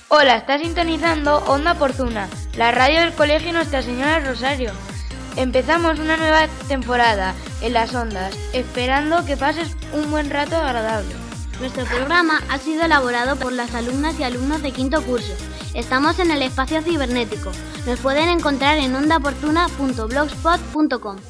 Hola, estás sintonizando Onda Porcuna, la radio del Colegio Nuestra Señora del Rosario. Empezamos una nueva temporada en las ondas, esperando que pases un buen rato agradable. Nuestro programa ha sido elaborado por las alumnas y alumnos de quinto curso. Estamos en el espacio cibernético. Nos pueden encontrar en ondaportuna.blogspot.com.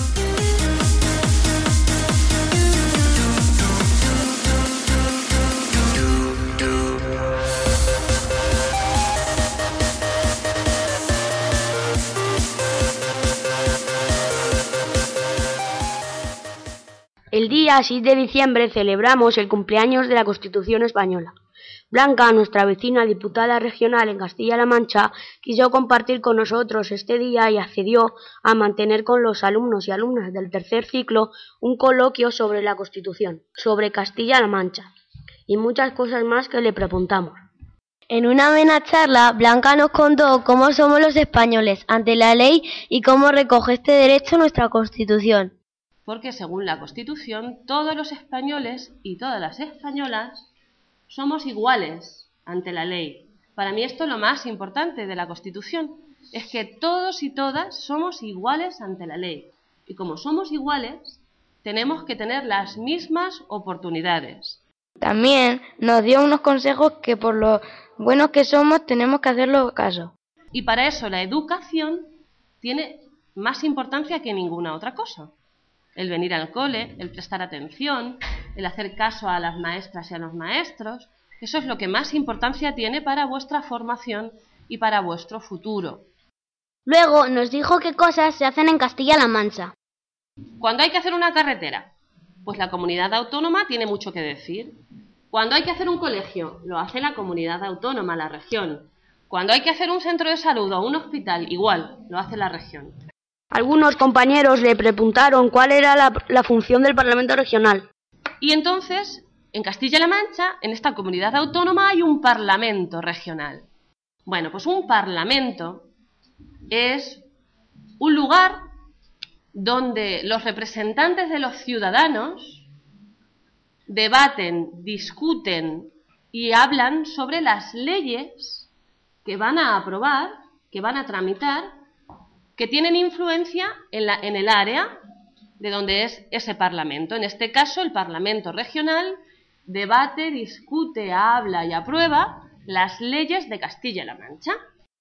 El día 6 de diciembre celebramos el cumpleaños de la Constitución Española. Blanca, nuestra vecina diputada regional en Castilla-La Mancha, quiso compartir con nosotros este día y accedió a mantener con los alumnos y alumnas del tercer ciclo un coloquio sobre la Constitución, sobre Castilla-La Mancha y muchas cosas más que le preguntamos. En una amena charla, Blanca nos contó cómo somos los españoles ante la ley y cómo recoge este derecho nuestra Constitución. Porque según la Constitución, todos los españoles y todas las españolas somos iguales ante la ley. Para mí esto es lo más importante de la Constitución, es que todos y todas somos iguales ante la ley. Y como somos iguales, tenemos que tener las mismas oportunidades. También nos dio unos consejos que por lo buenos que somos tenemos que hacerlo caso. Y para eso la educación tiene más importancia que ninguna otra cosa. El venir al cole, el prestar atención, el hacer caso a las maestras y a los maestros, eso es lo que más importancia tiene para vuestra formación y para vuestro futuro. Luego nos dijo qué cosas se hacen en Castilla-La Mancha. Cuando hay que hacer una carretera, pues la comunidad autónoma tiene mucho que decir. Cuando hay que hacer un colegio, lo hace la comunidad autónoma, la región. Cuando hay que hacer un centro de salud o un hospital, igual, lo hace la región. Algunos compañeros le preguntaron cuál era la función del Parlamento regional. Y entonces, en Castilla-La Mancha, en esta comunidad autónoma, hay un Parlamento regional. Bueno, pues un Parlamento es un lugar donde los representantes de los ciudadanos debaten, discuten y hablan sobre las leyes que van a aprobar, que van a tramitar, que tienen influencia en el área de donde es ese Parlamento. En este caso, el Parlamento regional debate, discute, habla y aprueba las leyes de Castilla-La Mancha.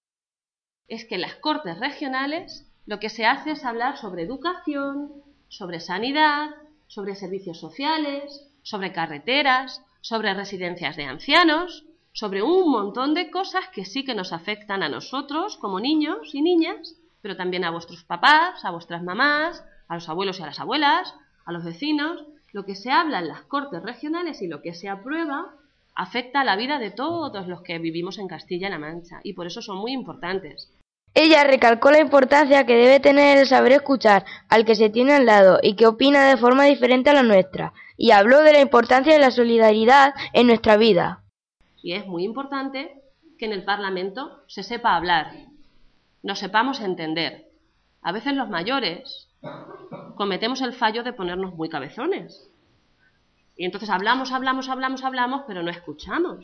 Es que en las Cortes regionales lo que se hace es hablar sobre educación, sobre sanidad, sobre servicios sociales, sobre carreteras, sobre residencias de ancianos, sobre un montón de cosas que sí que nos afectan a nosotros como niños y niñas, pero también a vuestros papás, a vuestras mamás, a los abuelos y a las abuelas, a los vecinos. Lo que se habla en las Cortes regionales y lo que se aprueba afecta a la vida de todos los que vivimos en Castilla-La Mancha y por eso son muy importantes. Ella recalcó la importancia que debe tener el saber escuchar al que se tiene al lado y que opina de forma diferente a la nuestra, y habló de la importancia de la solidaridad en nuestra vida. Y es muy importante que en el Parlamento se sepa hablar, nos sepamos entender. A veces los mayores cometemos el fallo de ponernos muy cabezones. Y entonces hablamos, pero no escuchamos.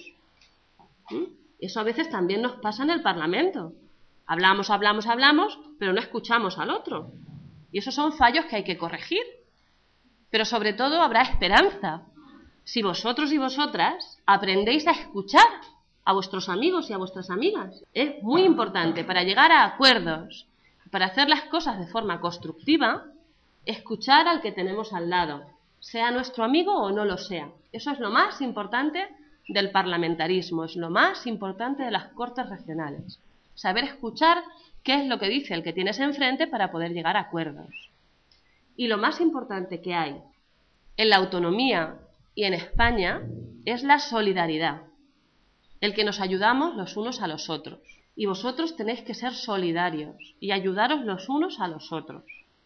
Eso a veces también nos pasa en el Parlamento. Hablamos, pero no escuchamos al otro. Y esos son fallos que hay que corregir. Pero sobre todo habrá esperanza si vosotros y vosotras aprendéis a escuchar a vuestros amigos y a vuestras amigas. Es muy importante para llegar a acuerdos, para hacer las cosas de forma constructiva, escuchar al que tenemos al lado, sea nuestro amigo o no lo sea. Eso es lo más importante del parlamentarismo, es lo más importante de las Cortes regionales. Saber escuchar qué es lo que dice el que tienes enfrente para poder llegar a acuerdos. Y lo más importante que hay en la autonomía y en España es la solidaridad. El que nos ayudamos los unos a los otros. Y vosotros tenéis que ser solidarios y ayudaros los unos a los otros.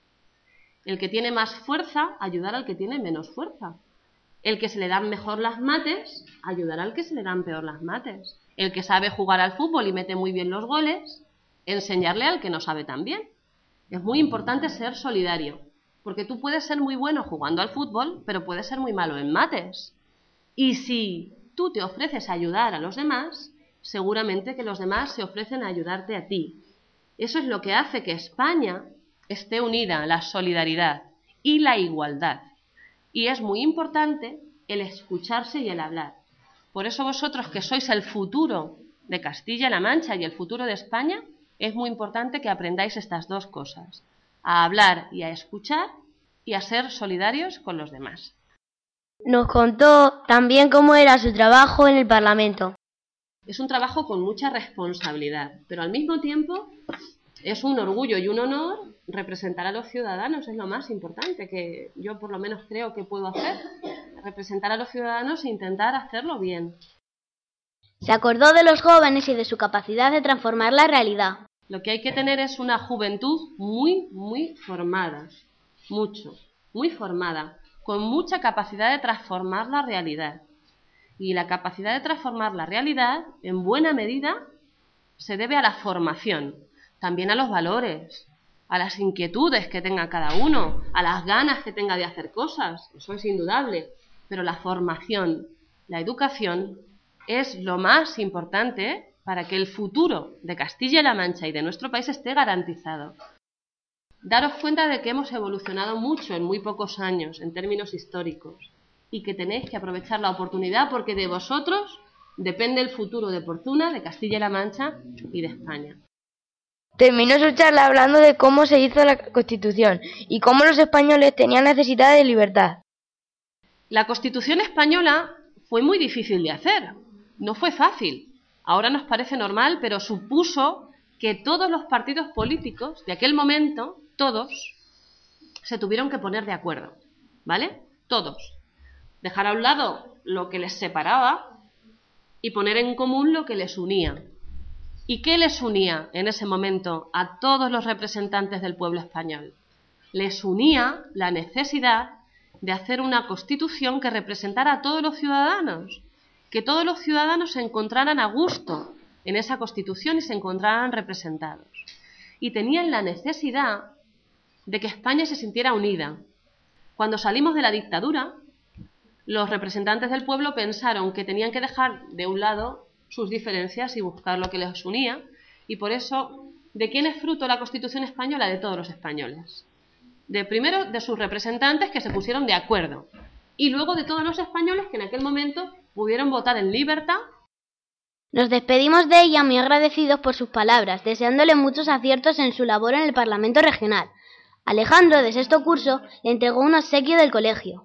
El que tiene más fuerza, ayudar al que tiene menos fuerza. El que se le dan mejor las mates, ayudar al que se le dan peor las mates. El que sabe jugar al fútbol y mete muy bien los goles, enseñarle al que no sabe tan bien. Es muy importante ser solidario, porque tú puedes ser muy bueno jugando al fútbol, pero puedes ser muy malo en mates. Y si tú te ofreces a ayudar a los demás, seguramente que los demás se ofrecen a ayudarte a ti. Eso es lo que hace que España esté unida, la solidaridad y la igualdad. Y es muy importante el escucharse y el hablar. Por eso vosotros, que sois el futuro de Castilla-La Mancha y el futuro de España, es muy importante que aprendáis estas dos cosas: a hablar y a escuchar, y a ser solidarios con los demás. Nos contó también cómo era su trabajo en el Parlamento. Es un trabajo con mucha responsabilidad, pero al mismo tiempo es un orgullo y un honor representar a los ciudadanos. Es lo más importante que yo por lo menos creo que puedo hacer, representar a los ciudadanos e intentar hacerlo bien. Se acordó de los jóvenes y de su capacidad de transformar la realidad. Lo que hay que tener es una juventud muy formada, muy formada, con mucha capacidad de transformar la realidad. Y la capacidad de transformar la realidad, en buena medida, se debe a la formación, también a los valores, a las inquietudes que tenga cada uno, a las ganas que tenga de hacer cosas, eso es indudable. Pero la formación, la educación, es lo más importante para que el futuro de Castilla-La Mancha y de nuestro país esté garantizado. Daros cuenta de que hemos evolucionado mucho en muy pocos años, en términos históricos, y que tenéis que aprovechar la oportunidad, porque de vosotros depende el futuro de Porzuna, de Castilla-La Mancha y de España. Terminó su charla hablando de cómo se hizo la Constitución y cómo los españoles tenían necesidad de libertad. La Constitución española fue muy difícil de hacer, no fue fácil. Ahora nos parece normal, pero supuso que todos los partidos políticos de aquel momento, todos, se tuvieron que poner de acuerdo, ¿vale? Todos. Dejar a un lado lo que les separaba y poner en común lo que les unía. ¿Y qué les unía en ese momento a todos los representantes del pueblo español? Les unía la necesidad de hacer una Constitución que representara a todos los ciudadanos, que todos los ciudadanos se encontraran a gusto en esa Constitución y se encontraran representados. Y tenían la necesidad de que España se sintiera unida. Cuando salimos de la dictadura, los representantes del pueblo pensaron que tenían que dejar de un lado sus diferencias y buscar lo que les unía, y por eso, ¿de quién es fruto la Constitución española? De todos los españoles. Primero de sus representantes, que se pusieron de acuerdo, y luego de todos los españoles que en aquel momento pudieron votar en libertad. Nos despedimos de ella muy agradecidos por sus palabras, deseándole muchos aciertos en su labor en el Parlamento Regional. Alejandro, de sexto curso, le entregó un obsequio del colegio.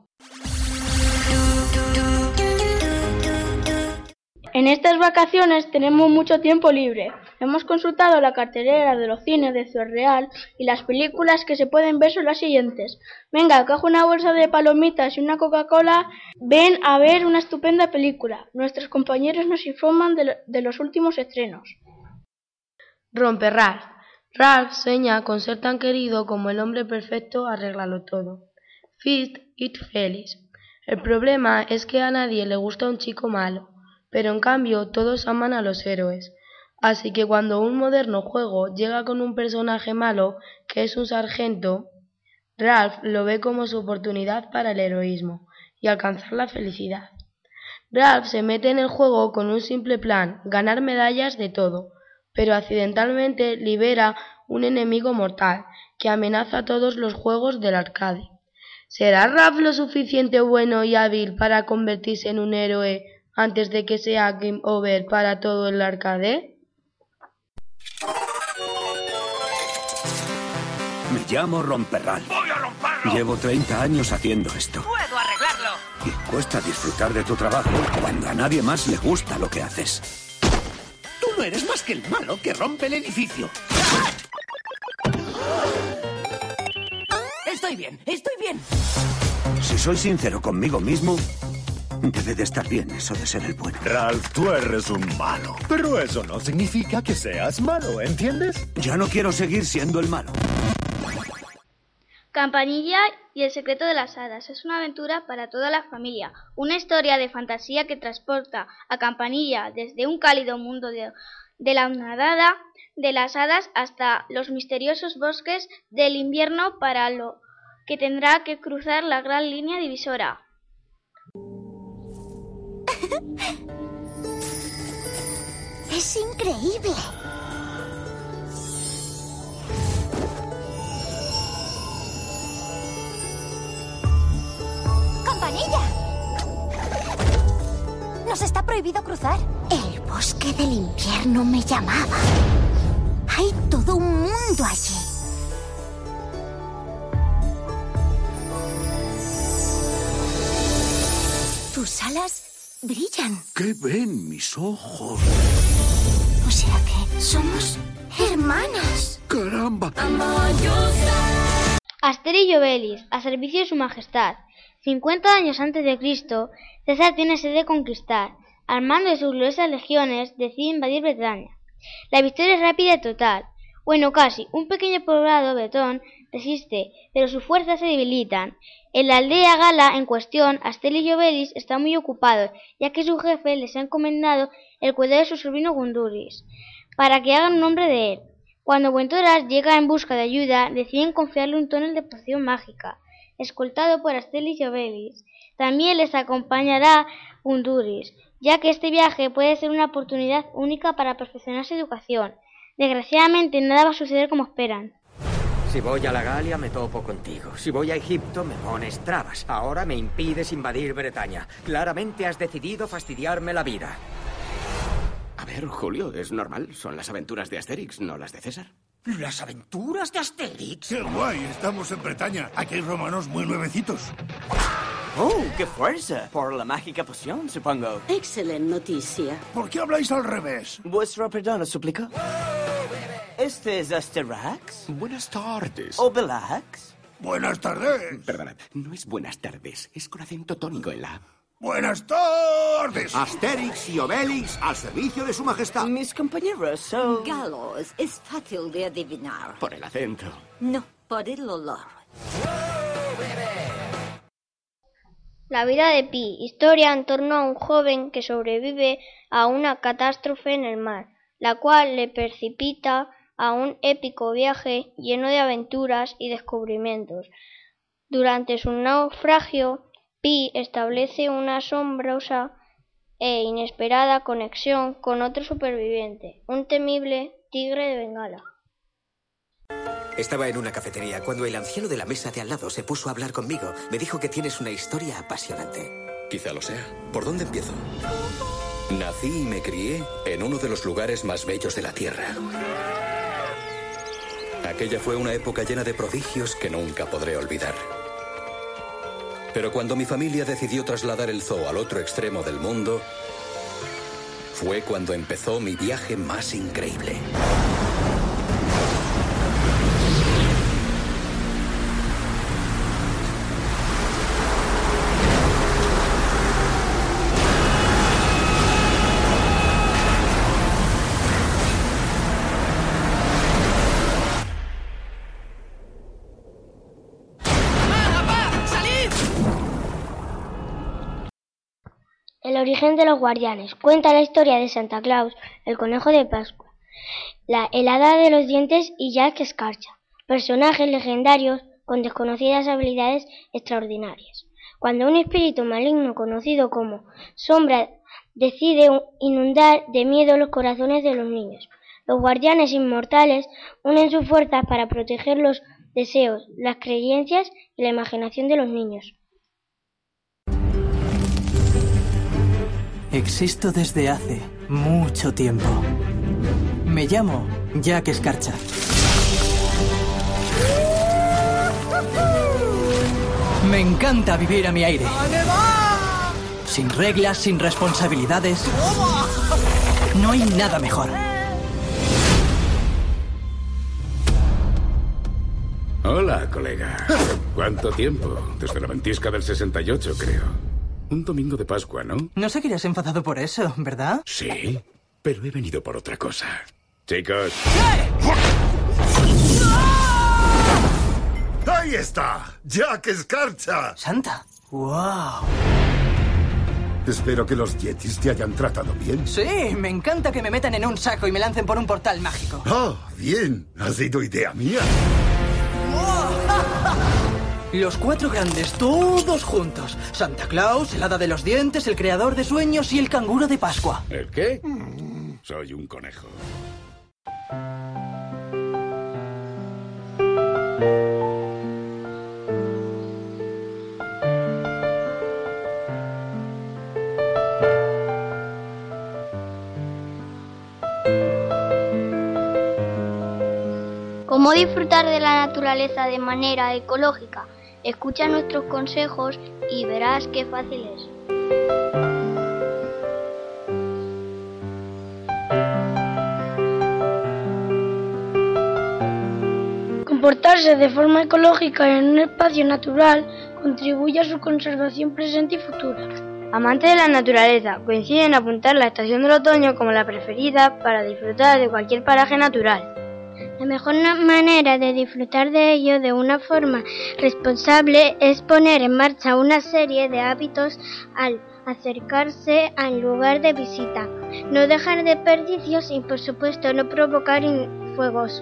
En estas vacaciones tenemos mucho tiempo libre. Hemos consultado la cartelera de los cines de Ciudad Real y las películas que se pueden ver son las siguientes. Venga, coge una bolsa de palomitas y una Coca-Cola. Ven a ver una estupenda película. Nuestros compañeros nos informan de los últimos estrenos. Rompe Ralph. Ralph sueña con ser tan querido como el hombre perfecto, arréglalo todo. Feast It Felix. El problema es que a nadie le gusta un chico malo, pero en cambio todos aman a los héroes. Así que cuando un moderno juego llega con un personaje malo, que es un sargento, Ralph lo ve como su oportunidad para el heroísmo y alcanzar la felicidad. Ralph se mete en el juego con un simple plan, ganar medallas de todo, pero accidentalmente libera un enemigo mortal que amenaza todos los juegos del arcade. ¿Será Ralph lo suficiente bueno y hábil para convertirse en un héroe antes de que sea game over para todo el arcade? Me llamo Romperral. ¡Voy a romperlo! Llevo 30 años haciendo esto. ¡Puedo arreglarlo! Y cuesta disfrutar de tu trabajo cuando a nadie más le gusta lo que haces. Tú no eres más que el malo que rompe el edificio. Estoy bien, estoy bien. Si soy sincero conmigo mismo, debe de estar bien eso de ser el bueno. Ralph, tú eres un malo. Pero eso no significa que seas malo, ¿entiendes? Ya no quiero seguir siendo el malo. Campanilla y el secreto de las hadas es una aventura para toda la familia, una historia de fantasía que transporta a Campanilla desde un cálido mundo de la nadada de las hadas hasta los misteriosos bosques del invierno, para lo que tendrá que cruzar la gran línea divisora. Es increíble. ¡Campanilla! Nos está prohibido cruzar. El bosque del invierno me llamaba. Hay todo un mundo allí. Tus alas brillan. ¿Qué ven mis ojos? O sea que somos hermanas. ¡Caramba! Asterix y Obelix, a servicio de su majestad. 50 años antes de Cristo, César tiene sed de conquistar. Al mando de sus gloriosas legiones, decide invadir Bretaña. La victoria es rápida y total. Bueno, casi. Un pequeño poblado, bretón, resiste, pero sus fuerzas se debilitan. En la aldea gala en cuestión, Asterix y Obelix están muy ocupados, ya que su jefe les ha encomendado el cuidado de su sobrino Gunduris, para que hagan un hombre de él. Cuando Buentoras llega en busca de ayuda, deciden confiarle un túnel de poción mágica, escoltado por Asterix y Obelix. También les acompañará Gunduris, ya que este viaje puede ser una oportunidad única para perfeccionar su educación. Desgraciadamente, nada va a suceder como esperan. Si voy a la Galia, me topo contigo. Si voy a Egipto, me pones trabas. Ahora me impides invadir Bretaña. Claramente has decidido fastidiarme la vida. A ver, Julio, es normal. Son las aventuras de Asterix, no las de César. ¿Las aventuras de Asterix? ¡Qué guay! Estamos en Bretaña. Aquí hay romanos muy nuevecitos. ¡Oh, qué fuerza! Por la mágica poción, supongo. Excelente noticia. ¿Por qué habláis al revés? Vuestro perdón, os suplico. ¿Este es Asterax? Buenas tardes. ¿Obelax? Buenas tardes. Perdonad, no es buenas tardes, es con acento tónico en la... ¡Buenas tardes! Asterix y Obelix al servicio de su majestad. Mis compañeros son... Galos, es fácil de adivinar. Por el acento. No, por el olor. La vida de Pi, historia en torno a un joven que sobrevive a una catástrofe en el mar, la cual le precipita a un épico viaje lleno de aventuras y descubrimientos. Durante su naufragio, Pi establece una asombrosa e inesperada conexión con otro superviviente, un temible tigre de Bengala. Estaba en una cafetería cuando el anciano de la mesa de al lado se puso a hablar conmigo. Me dijo que tienes una historia apasionante. Quizá lo sea. ¿Por dónde empiezo? Nací y me crié en uno de los lugares más bellos de la Tierra. Aquella fue una época llena de prodigios que nunca podré olvidar. Pero cuando mi familia decidió trasladar el zoo al otro extremo del mundo, fue cuando empezó mi viaje más increíble. El origen de los guardianes cuenta la historia de Santa Claus, el conejo de Pascua, el hada de los dientes y Jack Escarcha, personajes legendarios con desconocidas habilidades extraordinarias. Cuando un espíritu maligno conocido como Sombra decide inundar de miedo los corazones de los niños, los guardianes inmortales unen sus fuerzas para proteger los deseos, las creencias y la imaginación de los niños. Existo desde hace mucho tiempo. Me llamo Jack Escarcha. Me encanta vivir a mi aire. Sin reglas, sin responsabilidades. No hay nada mejor. Hola, colega. ¿Cuánto tiempo? Desde la ventisca del 68, creo. Un domingo de Pascua, ¿no? No seguirás enfadado por eso, ¿verdad? Sí, pero he venido por otra cosa. Chicos. ¡Ahí está! ¡Jack Escarcha! ¡Santa! ¡Wow! Espero que los Yetis te hayan tratado bien. Sí, me encanta que me metan en un saco y me lancen por un portal mágico. ¡Ah, bien! Ha sido idea mía. Los cuatro grandes, todos juntos. Santa Claus, el hada de los dientes, el creador de sueños y el canguro de Pascua. ¿El qué? Soy un conejo. ¿Cómo disfrutar de la naturaleza de manera ecológica? Escucha nuestros consejos y verás qué fácil es. Comportarse de forma ecológica en un espacio natural contribuye a su conservación presente y futura. Amantes de la naturaleza coinciden en apuntar la estación del otoño como la preferida para disfrutar de cualquier paraje natural. La mejor manera de disfrutar de ello de una forma responsable es poner en marcha una serie de hábitos al acercarse al lugar de visita, no dejar desperdicios y por supuesto no provocar fuegos.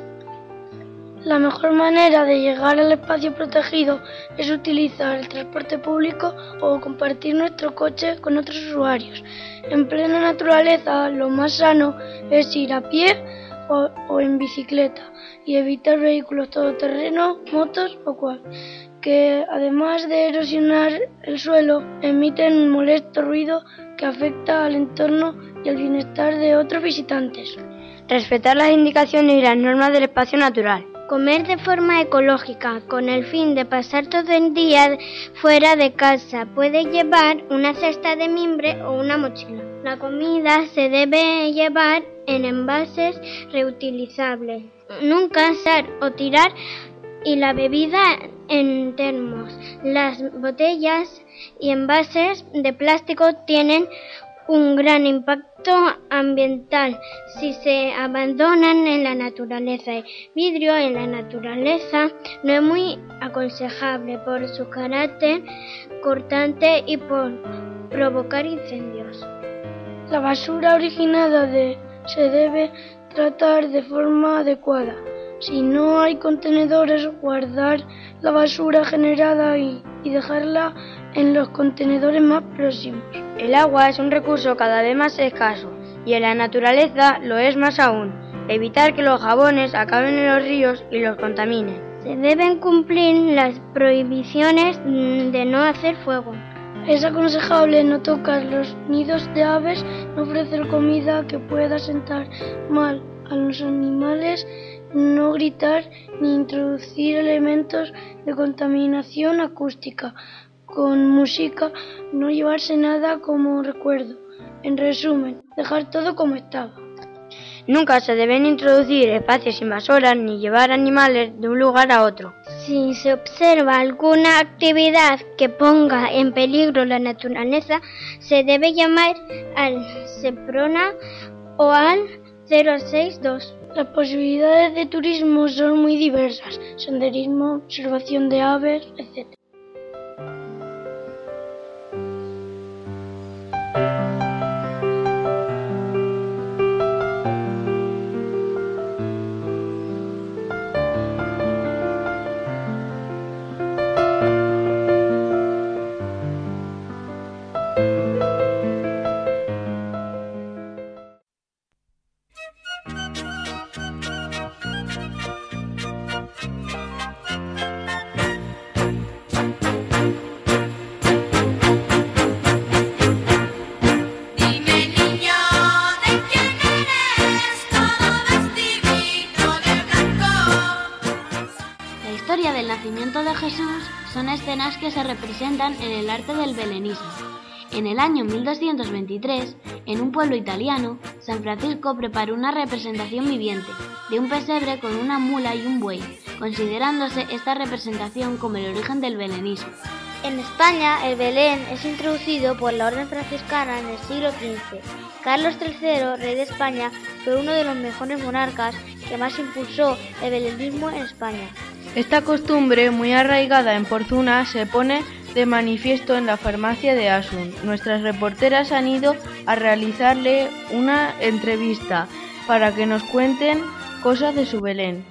La mejor manera de llegar al espacio protegido es utilizar el transporte público o compartir nuestro coche con otros usuarios. En plena naturaleza, lo más sano es ir a pie o en bicicleta y evitar vehículos todoterreno, motos o quad, que además de erosionar el suelo, emiten un molesto ruido que afecta al entorno y al bienestar de otros visitantes. Respetar las indicaciones y las normas del espacio natural. Comer de forma ecológica con el fin de pasar todo el día fuera de casa. Puede llevar una cesta de mimbre o una mochila. La comida se debe llevar en envases reutilizables. Nunca usar o tirar y la bebida en termos. Las botellas y envases de plástico tienen un gran impacto ambiental si se abandonan en la naturaleza. El vidrio en la naturaleza no es muy aconsejable por su carácter cortante y por provocar incendios. La basura originada se debe tratar de forma adecuada. Si no hay contenedores, guardar la basura generada y dejarla en los contenedores más próximos. El agua es un recurso cada vez más escaso y en la naturaleza lo es más aún. Evitar que los jabones acaben en los ríos y los contaminen. Se deben cumplir las prohibiciones de no hacer fuego. Es aconsejable no tocar los nidos de aves, no ofrecer comida que pueda sentar mal a los animales, no gritar ni introducir elementos de contaminación acústica con música, no llevarse nada como recuerdo. En resumen, dejar todo como estaba. Nunca se deben introducir espacios invasoras ni llevar animales de un lugar a otro. Si se observa alguna actividad que ponga en peligro la naturaleza, se debe llamar al SEPRONA o al 062. Las posibilidades de turismo son muy diversas: senderismo, observación de aves, etc. Del nacimiento de Jesús son escenas que se representan en el arte del belenismo. En el año 1223, en un pueblo italiano, San Francisco preparó una representación viviente de un pesebre con una mula y un buey, considerándose esta representación como el origen del belenismo. En España, el Belén es introducido por la Orden Franciscana en el siglo XV. Carlos III, rey de España, fue uno de los mejores monarcas que más impulsó el belenismo en España. Esta costumbre, muy arraigada en Porzuna, se pone de manifiesto en la farmacia de Asun. Nuestras reporteras han ido a realizarle una entrevista para que nos cuenten cosas de su Belén.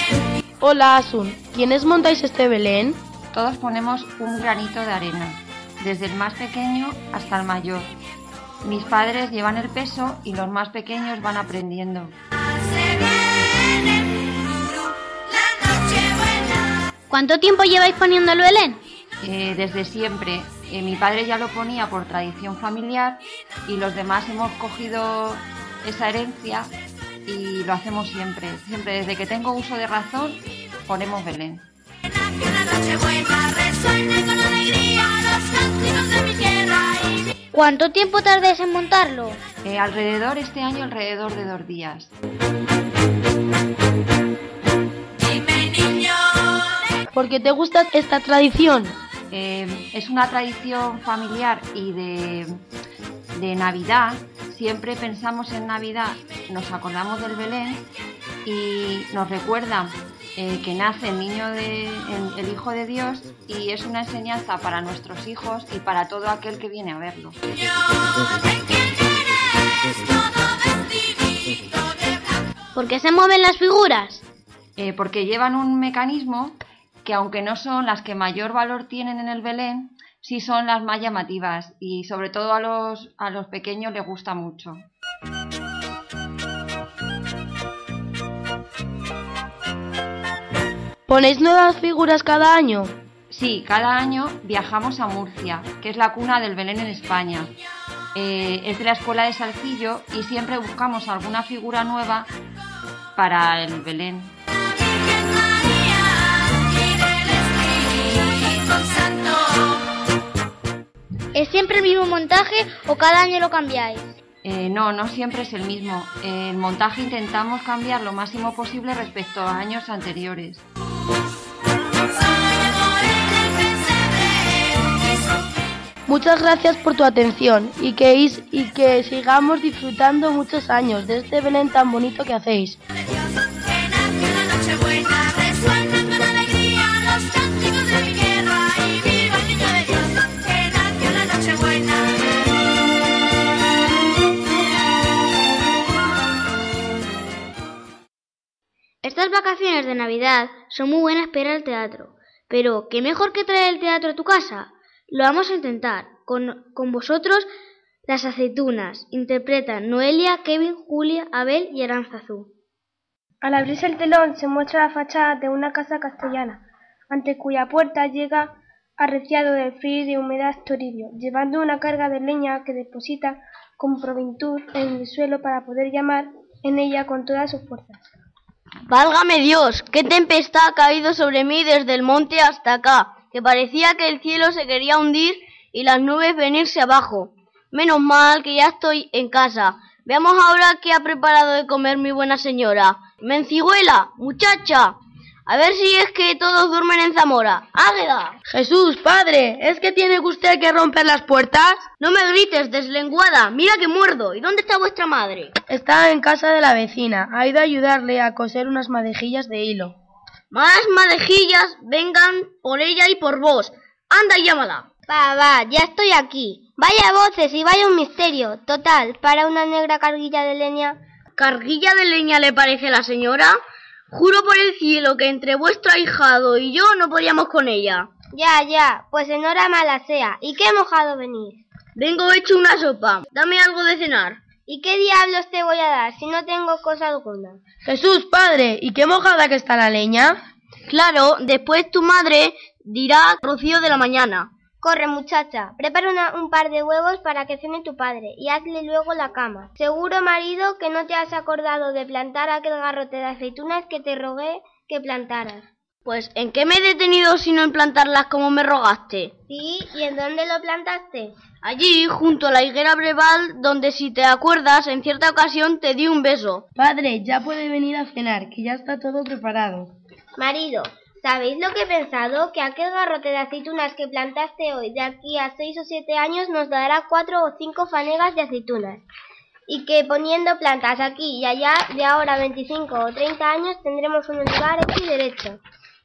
Hola Asun, ¿quiénes montáis este Belén? Todos ponemos un granito de arena. desde el más pequeño hasta el mayor. Mis padres llevan el peso y los más pequeños van aprendiendo. ¿Cuánto tiempo lleváis poniendo el Belén? Desde siempre. Mi padre ya lo ponía por tradición familiar y los demás hemos cogido esa herencia y lo hacemos siempre. Siempre, desde que tengo uso de razón, ponemos Belén. ¿Cuánto tiempo tardáis en montarlo? Este año alrededor de 2 días. ¿Por qué te gusta esta tradición? Es una tradición familiar y de Navidad. Siempre pensamos en Navidad, nos acordamos del Belén y nos recuerda que nace el niño el Hijo de Dios, y es una enseñanza para nuestros hijos y para todo aquel que viene a verlo. ¿Por qué se mueven las figuras? Porque llevan un mecanismo que, aunque no son las que mayor valor tienen en el Belén, sí son las más llamativas, y sobre todo a los pequeños les gusta mucho. ¿Ponéis nuevas figuras cada año? Sí, cada año viajamos a Murcia, que es la cuna del Belén en España. Es de la Escuela de Salcillo y siempre buscamos alguna figura nueva para el Belén. ¿Es siempre el mismo montaje o cada año lo cambiáis? No siempre es el mismo. El montaje intentamos cambiar lo máximo posible respecto a años anteriores. Muchas gracias por tu atención y que sigamos disfrutando muchos años de este Belén tan bonito que hacéis. Estas vacaciones de Navidad son muy buenas para ir al teatro, pero ¿qué mejor que traer el teatro a tu casa? Lo vamos a intentar. Con vosotros, Las Aceitunas. Interpretan Noelia, Kevin, Julia, Abel y Aranzazú. Al abrirse el telón se muestra la fachada de una casa castellana, ante cuya puerta llega, arreciado del frío y de humedad, Toribio, llevando una carga de leña que deposita con prontitud en el suelo para poder llamar en ella con todas sus fuerzas. ¡Válgame Dios! ¡Qué tempestad ha caído sobre mí desde el monte hasta acá! Que parecía que el cielo se quería hundir y las nubes venirse abajo. Menos mal que ya estoy en casa. Veamos ahora qué ha preparado de comer mi buena señora. ¡Menciguela! ¡Muchacha! A ver si es que todos duermen en Zamora. ¡Águeda! Jesús, padre, ¿es que tiene usted que romper las puertas? No me grites, deslenguada, mira que muerdo. ¿Y dónde está vuestra madre? Está en casa de la vecina. Ha ido a ayudarle a coser unas madejillas de hilo. Más madejillas, vengan por ella y por vos. Anda y llámala. Va, ya estoy aquí. Vaya voces y vaya un misterio. Total, para una negra carguilla de leña. ¿Carguilla de leña le parece a la señora? Juro por el cielo que entre vuestro ahijado y yo no podíamos con ella. Ya, pues en hora mala sea. ¿Y qué mojado venís? Vengo hecho una sopa. Dame algo de cenar. ¿Y qué diablos te voy a dar si no tengo cosa alguna? Jesús, padre, ¿y qué mojada que está la leña? Claro, después tu madre dirá rocío de la mañana. Corre, muchacha, prepara un par de huevos para que cene tu padre y hazle luego la cama. Seguro, marido, que no te has acordado de plantar aquel garrote de aceitunas que te rogué que plantaras. Pues, ¿en qué me he detenido si no en plantarlas como me rogaste? Sí, ¿y en dónde lo plantaste? Allí, junto a la higuera breval, donde, si te acuerdas, en cierta ocasión te di un beso. Padre, ya puede venir a cenar, que ya está todo preparado. Marido, ¿sabéis lo que he pensado? Que aquel garrote de aceitunas que plantaste hoy, de aquí a 6 o 7 años, nos dará 4 o 5 fanegas de aceitunas. Y que poniendo plantas aquí y allá, de ahora a 25 o 30 años, tendremos un lugar hecho y derecho.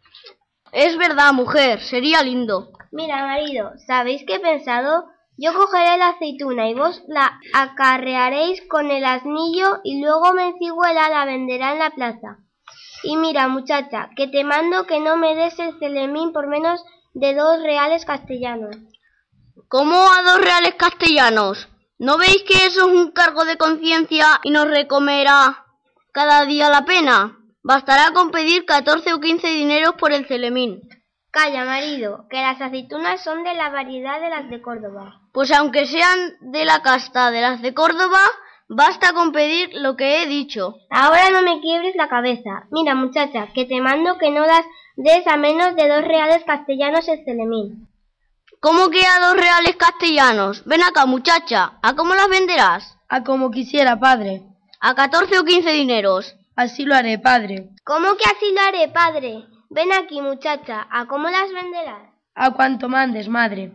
Es verdad, mujer, sería lindo. Mira, marido, ¿sabéis qué he pensado? Yo cogeré la aceituna y vos la acarrearéis con el asnillo y luego Menciguela la venderá en la plaza. Y mira, muchacha, que te mando que no me des el celemín por menos de 2 reales castellanos. ¿Cómo a 2 reales castellanos? ¿No veis que eso es un cargo de conciencia y nos recomerá cada día la pena? Bastará con pedir 14 o 15 dineros por el celemín. Calla, marido, que las aceitunas son de la variedad de las de Córdoba. Pues aunque sean de la casta de las de Córdoba, basta con pedir lo que he dicho. Ahora no me quiebres la cabeza. Mira, muchacha, que te mando que no des a menos de 2 reales castellanos el celemín. ¿Cómo que a 2 reales castellanos? Ven acá, muchacha. ¿A cómo las venderás? A como quisiera, padre. A 14 o 15 dineros. Así lo haré, padre. ¿Cómo que así lo haré, padre? Ven aquí, muchacha. ¿A cómo las venderás? A cuanto mandes, madre.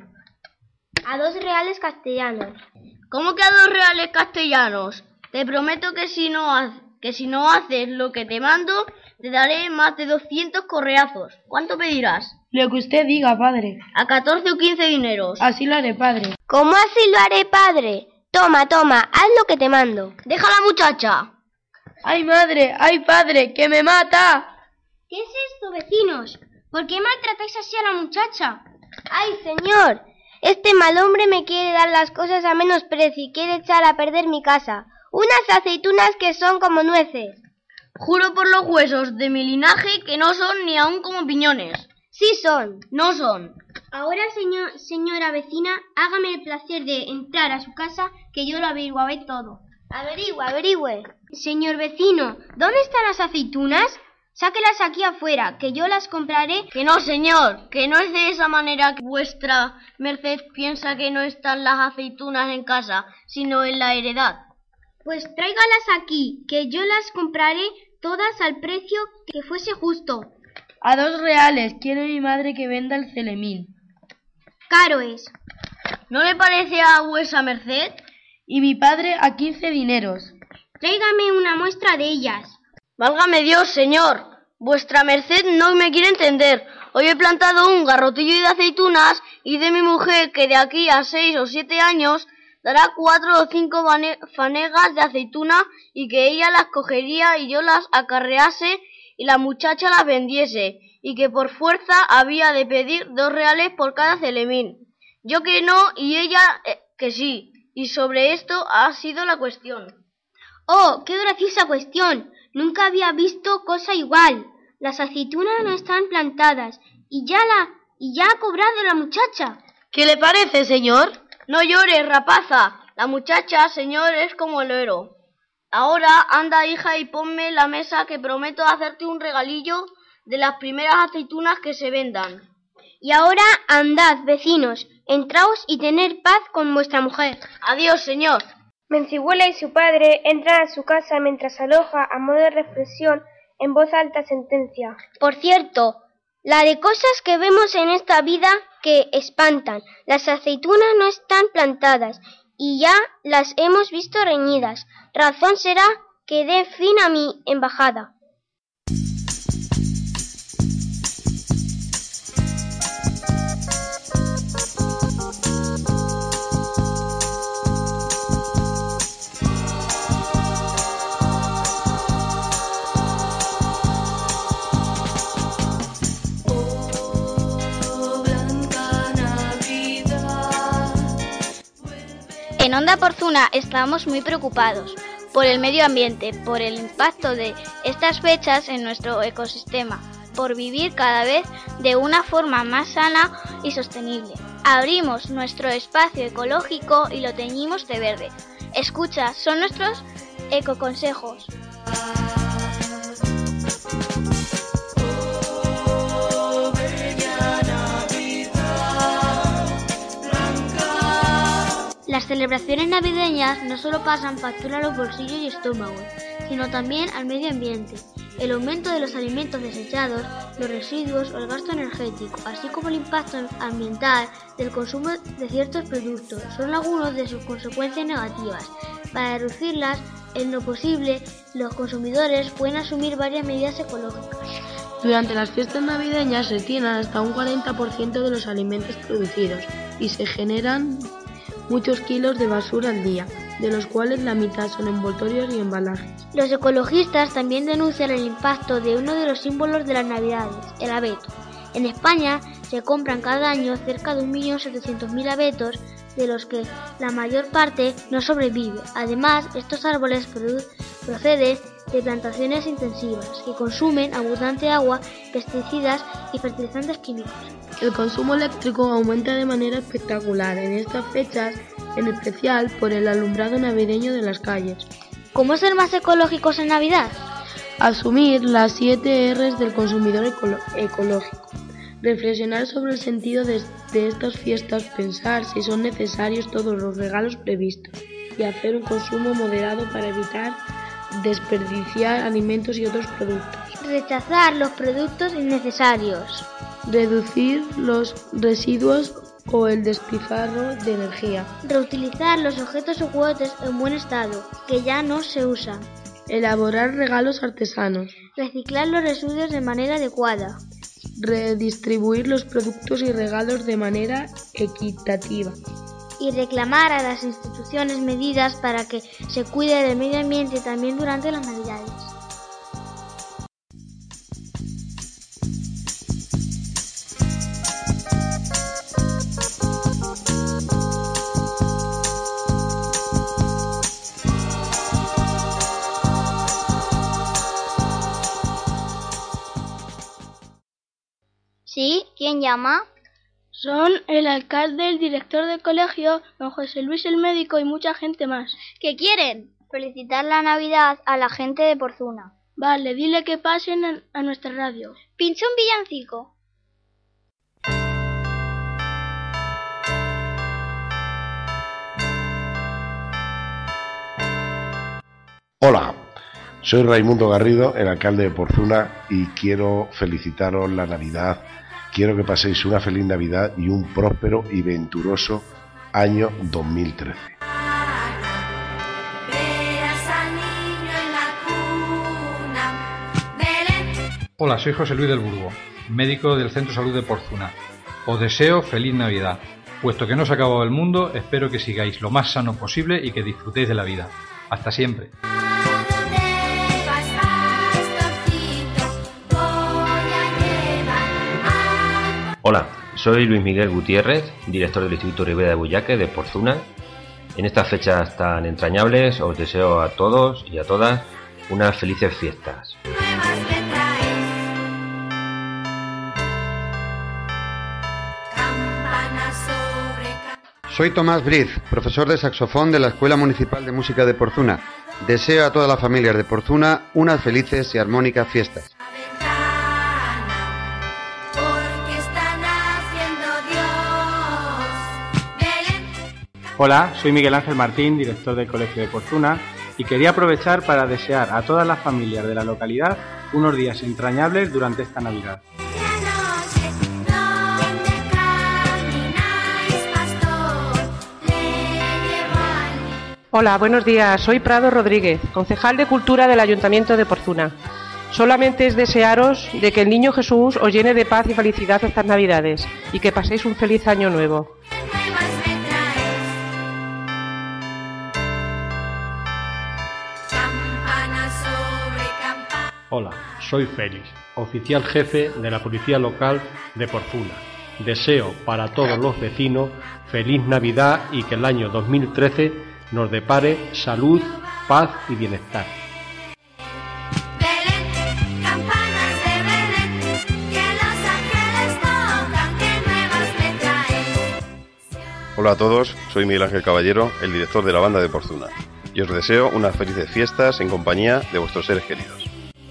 A 2 reales castellanos. ¿Cómo que a 2 reales castellanos? Te prometo que si no haces lo que te mando, te daré más de 200 correazos. ¿Cuánto pedirás? Lo que usted diga, padre. A 14 o 15 dineros. Así lo haré, padre. ¿Cómo así lo haré, padre? Toma, haz lo que te mando. ¡Deja a la muchacha! ¡Ay, madre! ¡Ay, padre! ¡Que me mata! ¿Qué es esto, vecinos? ¿Por qué maltratáis así a la muchacha? ¡Ay, señor! Este mal hombre me quiere dar las cosas a menos precio y quiere echar a perder mi casa. Unas aceitunas que son como nueces. Juro por los huesos de mi linaje que no son ni aún como piñones. Sí son. No son. Ahora, señora vecina, hágame el placer de entrar a su casa, que yo lo averiguaré todo. Averigüe. Señor vecino, ¿dónde están las aceitunas? Sáquelas aquí afuera, que yo las compraré. Que no, señor, que no es de esa manera que vuestra merced piensa que no están las aceitunas en casa, sino en la heredad. Pues tráigalas aquí, que yo las compraré todas al precio que fuese justo. A 2 reales quiere mi madre que venda el celemín. Caro es. ¿No le parece a vuesa merced? Y mi padre a 15 dineros. Tráigame una muestra de ellas. Válgame Dios, señor. Vuestra merced no me quiere entender. Hoy he plantado un garrotillo de aceitunas y de mi mujer que de aquí a 6 o 7 años dará 4 o 5 fanegas de aceituna y que ella las cogería y yo las acarrease y la muchacha las vendiese y que por fuerza había de pedir 2 reales por cada celemín. Yo que no y ella que sí. Y sobre esto ha sido la cuestión. ¡Oh, qué graciosa cuestión! Nunca había visto cosa igual. Las aceitunas no están plantadas y ya ha cobrado la muchacha. ¿Qué le parece, señor? No llores, rapaza. La muchacha, señor, es como el oro. Ahora, anda, hija, y ponme la mesa que prometo hacerte un regalillo de las primeras aceitunas que se vendan. Y ahora, andad, vecinos, entraos y tened paz con vuestra mujer. Adiós, señor. Mencihuela y su padre entran a su casa mientras aloja, a modo de reflexión, en voz alta sentencia. Por cierto, la de cosas que vemos en esta vida que espantan. Las aceitunas no están plantadas y ya las hemos visto reñidas. Razón será que dé fin a mi embajada. En Onda Porcuna estamos muy preocupados por el medio ambiente, por el impacto de estas fechas en nuestro ecosistema, por vivir cada vez de una forma más sana y sostenible. Abrimos nuestro espacio ecológico y lo teñimos de verde. Escucha, son nuestros ecoconsejos. Las celebraciones navideñas no solo pasan factura a los bolsillos y estómagos, sino también al medio ambiente. El aumento de los alimentos desechados, los residuos o el gasto energético, así como el impacto ambiental del consumo de ciertos productos, son algunas de sus consecuencias negativas. Para reducirlas, en lo posible, los consumidores pueden asumir varias medidas ecológicas. Durante las fiestas navideñas se tiran hasta un 40% de los alimentos producidos y se generan muchos kilos de basura al día, de los cuales la mitad son envoltorios y embalajes. Los ecologistas también denuncian el impacto de uno de los símbolos de las Navidades, el abeto. En España Se compran cada año cerca de 1.700.000 abetos, de los que la mayor parte no sobrevive. Además, estos árboles proceden de plantaciones intensivas que consumen abundante agua, pesticidas y fertilizantes químicos. El consumo eléctrico aumenta de manera espectacular en estas fechas, en especial por el alumbrado navideño de las calles. ¿Cómo ser más ecológicos en Navidad? Asumir las 7 R's del consumidor ecológico. Reflexionar sobre el sentido de estas fiestas, pensar si son necesarios todos los regalos previstos y hacer un consumo moderado para evitar desperdiciar alimentos y otros productos. Rechazar los productos innecesarios. Reducir los residuos o el despilfarro de energía. Reutilizar los objetos o juguetes en buen estado, que ya no se usan. Elaborar regalos artesanos. Reciclar los residuos de manera adecuada. Redistribuir los productos y regalos de manera equitativa. Y reclamar a las instituciones medidas para que se cuide del medio ambiente también durante las Navidades. ¿Sí? ¿Quién llama? Son el alcalde, el director del colegio, don José Luis el médico y mucha gente más. ¿Qué quieren? Felicitar la Navidad a la gente de Porzuna. Vale, dile que pasen a nuestra radio. Pincha un villancico. Hola, soy Raimundo Garrido, el alcalde de Porzuna, y quiero felicitaros la Navidad. Quiero que paséis una feliz Navidad y un próspero y venturoso año 2013. Hola, soy José Luis del Burgo, médico del Centro de Salud de Porzuna. Os deseo feliz Navidad. Puesto que no se ha acabado el mundo, espero que sigáis lo más sano posible y que disfrutéis de la vida. Hasta siempre. Hola, soy Luis Miguel Gutiérrez, director del Instituto Ribera de Buyaque de Porzuna. En estas fechas tan entrañables os deseo a todos y a todas unas felices fiestas. Soy Tomás Briz, profesor de saxofón de la Escuela Municipal de Música de Porzuna. Deseo a todas las familias de Porzuna unas felices y armónicas fiestas. Hola, soy Miguel Ángel Martín, director del Colegio de Porzuna, y quería aprovechar para desear a todas las familias de la localidad unos días entrañables durante esta Navidad. Hola, buenos días. Soy Prado Rodríguez, concejal de Cultura del Ayuntamiento de Porzuna. Solamente es desearos de que el Niño Jesús os llene de paz y felicidad estas Navidades y que paséis un feliz año nuevo. Hola, soy Félix, oficial jefe de la Policía Local de Porzuna. Deseo para todos los vecinos feliz Navidad y que el año 2013 nos depare salud, paz y bienestar. Hola a todos, soy Miguel Ángel Caballero, el director de la banda de Porzuna, y os deseo unas felices fiestas en compañía de vuestros seres queridos.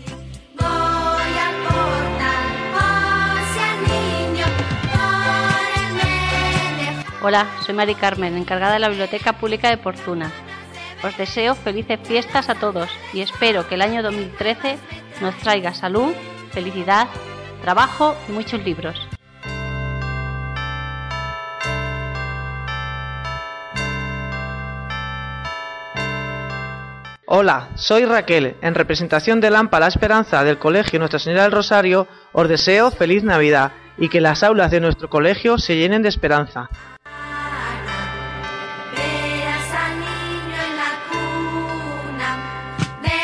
Hola, soy Mari Carmen, encargada de la Biblioteca Pública de Porzuna. Os deseo felices fiestas a todos y espero que el año 2013 nos traiga salud, felicidad, trabajo y muchos libros. Hola, soy Raquel. En representación de Lampa La Esperanza del Colegio Nuestra Señora del Rosario, os deseo feliz Navidad y que las aulas de nuestro colegio se llenen de esperanza.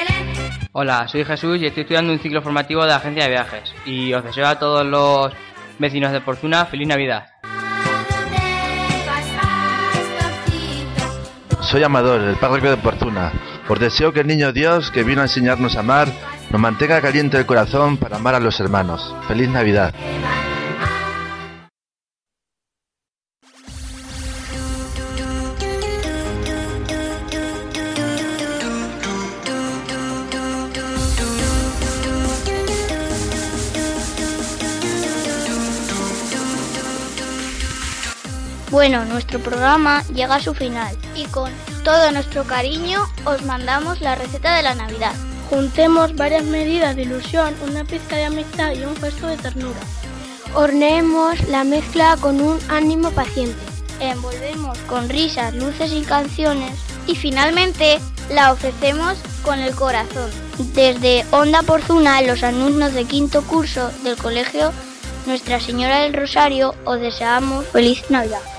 Hola, soy Jesús y estoy estudiando un ciclo formativo de agencia de viajes y os deseo a todos los Vecinos de Porzuna, feliz Navidad. Soy Amador, el párroco de Porzuna. Os deseo que el niño Dios, que vino a enseñarnos a amar, nos mantenga caliente el corazón para amar a los hermanos. ¡Feliz Navidad! Bueno, nuestro programa llega a su final y con todo nuestro cariño os mandamos la receta de la Navidad. Juntemos varias medidas de ilusión, una pizca de amistad y un gesto de ternura. Horneemos la mezcla con un ánimo paciente. Envolvemos con risas, luces y canciones y finalmente la ofrecemos con el corazón. Desde Onda Porzuna, los alumnos de quinto curso del colegio Nuestra Señora del Rosario, os deseamos feliz Navidad.